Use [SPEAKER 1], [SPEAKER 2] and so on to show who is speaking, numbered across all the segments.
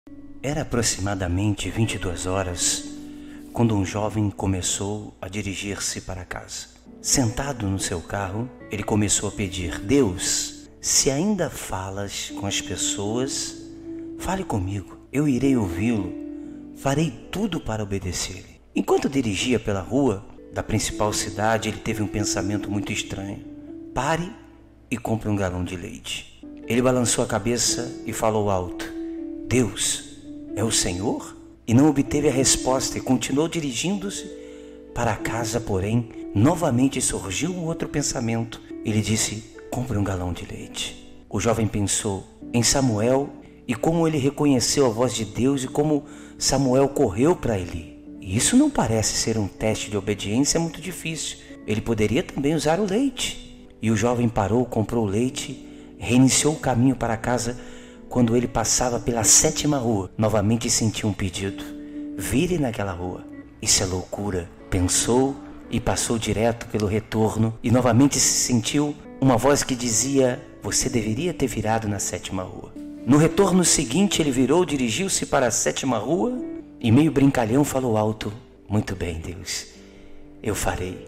[SPEAKER 1] Era aproximadamente 22 horas quando um jovem começou a dirigir-se para casa. Sentado no seu carro, ele começou a pedir: Deus, se ainda falas com as pessoas, fale comigo. Eu irei ouvi-lo, farei tudo para obedecer-lhe. Enquanto dirigia pela rua da principal cidade, ele teve um pensamento muito estranho. Pare e compre um galão de leite. Ele balançou a cabeça e falou alto: Deus, é o Senhor? E não obteve a resposta e continuou dirigindo-se para casa, porém, novamente surgiu um outro pensamento. Ele disse: compre um galão de leite. O jovem pensou em Samuel e como ele reconheceu a voz de Deus e como Samuel correu para ele. E isso não parece ser um teste de obediência muito difícil. Ele poderia também usar o leite. E o jovem parou, comprou o leite, reiniciou o caminho para casa. Quando ele passava pela 7ª rua, novamente sentiu um pedido: vire naquela rua. Isso é loucura, pensou e passou direto pelo retorno e novamente se sentiu uma voz que dizia: você deveria ter virado na 7ª rua. No retorno seguinte ele virou, dirigiu-se para a 7ª rua e meio brincalhão falou alto: muito bem, Deus, eu farei.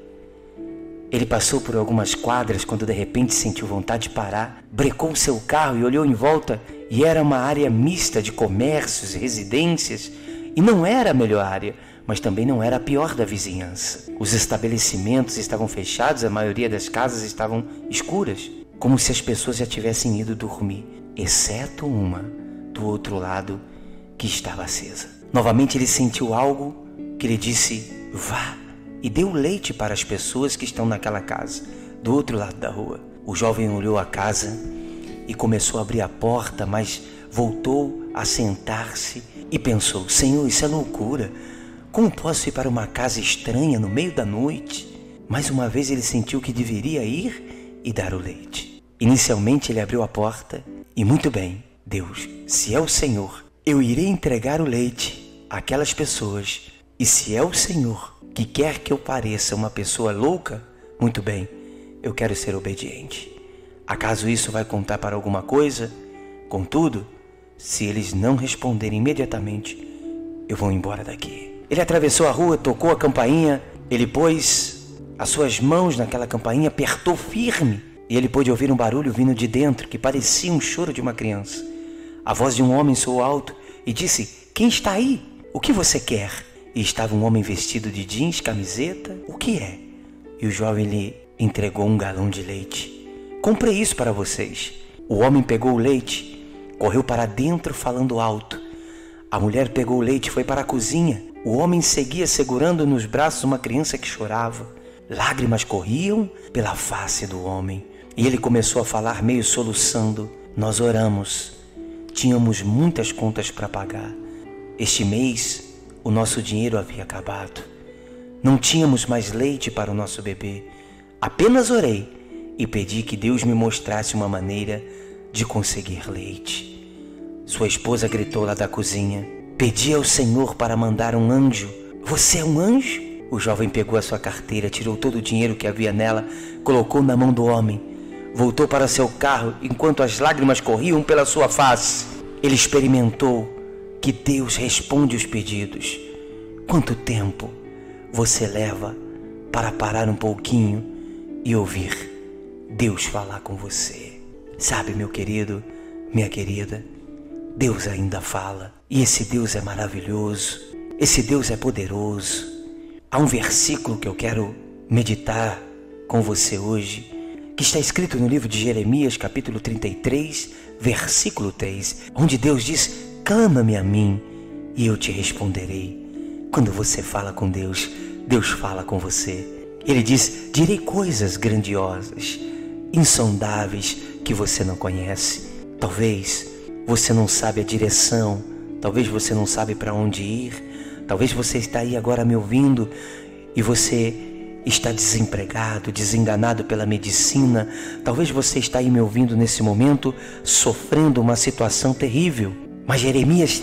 [SPEAKER 1] Ele passou por algumas quadras quando de repente sentiu vontade de parar, brecou o seu carro e olhou em volta e era uma área mista de comércios e residências e não era a melhor área, mas também não era a pior da vizinhança. Os estabelecimentos estavam fechados, a maioria das casas estavam escuras, como se as pessoas já tivessem ido dormir, exceto uma do outro lado que estava acesa. Novamente ele sentiu algo que lhe disse: vá, e deu leite para as pessoas que estão naquela casa, do outro lado da rua. O jovem olhou a casa e começou a abrir a porta, mas voltou a sentar-se e pensou: Senhor, isso é loucura. Como posso ir para uma casa estranha no meio da noite? Mais uma vez ele sentiu que deveria ir e dar o leite. Inicialmente ele abriu a porta e: muito bem, Deus, se é o Senhor, eu irei entregar o leite àquelas pessoas. E se é o Senhor que quer que eu pareça uma pessoa louca, muito bem, eu quero ser obediente. Acaso isso vai contar para alguma coisa? Contudo, se eles não responderem imediatamente, eu vou embora daqui. Ele atravessou a rua, tocou a campainha, ele pôs as suas mãos naquela campainha, apertou firme e ele pôde ouvir um barulho vindo de dentro que parecia um choro de uma criança. A voz de um homem soou alto e disse: quem está aí? O que você quer? E estava um homem vestido de jeans, camiseta. O que é? E o jovem lhe entregou um galão de leite. Comprei isso para vocês. O homem pegou o leite, correu para dentro falando alto. A mulher pegou o leite e foi para a cozinha. O homem seguia segurando nos braços uma criança que chorava. Lágrimas corriam pela face do homem. E ele começou a falar meio soluçando: nós oramos. Tínhamos muitas contas para pagar. Este mês o nosso dinheiro havia acabado. Não tínhamos mais leite para o nosso bebê. Apenas orei e pedi que Deus me mostrasse uma maneira de conseguir leite. Sua esposa gritou lá da cozinha: pedi ao Senhor para mandar um anjo. Você é um anjo? O jovem pegou a sua carteira, tirou todo o dinheiro que havia nela, colocou na mão do homem, voltou para seu carro enquanto as lágrimas corriam pela sua face. Ele experimentou que Deus responde os pedidos. Quanto tempo você leva para parar um pouquinho e ouvir Deus falar com você? Sabe, meu querido, minha querida, Deus ainda fala. E esse Deus é maravilhoso. Esse Deus é poderoso. Há um versículo que eu quero meditar com você hoje, que está escrito no livro de Jeremias, capítulo 33, versículo 3, onde Deus diz: clama-me a mim e eu te responderei. Quando você fala com Deus, Deus fala com você. Ele diz: direi coisas grandiosas, insondáveis que você não conhece. Talvez você não sabe a direção, talvez você não sabe para onde ir, talvez você está aí agora me ouvindo e você está desempregado, desenganado pela medicina. Talvez você está aí me ouvindo nesse momento sofrendo uma situação terrível. Mas Jeremias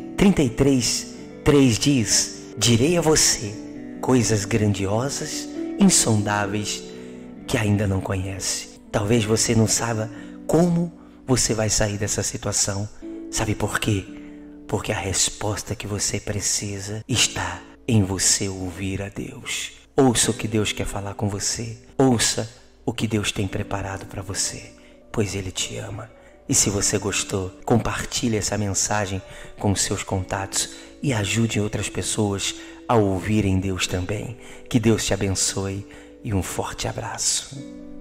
[SPEAKER 1] 33, 3 diz: direi a você coisas grandiosas, insondáveis, que ainda não conhece. Talvez você não saiba como você vai sair dessa situação. Sabe por quê? porque a resposta que você precisa está em você ouvir a Deus. Ouça o que Deus quer falar com você. Ouça o que Deus tem preparado para você, pois Ele te ama. E se você gostou, compartilhe essa mensagem com seus contatos e ajude outras pessoas a ouvirem Deus também. Que Deus te abençoe e um forte abraço.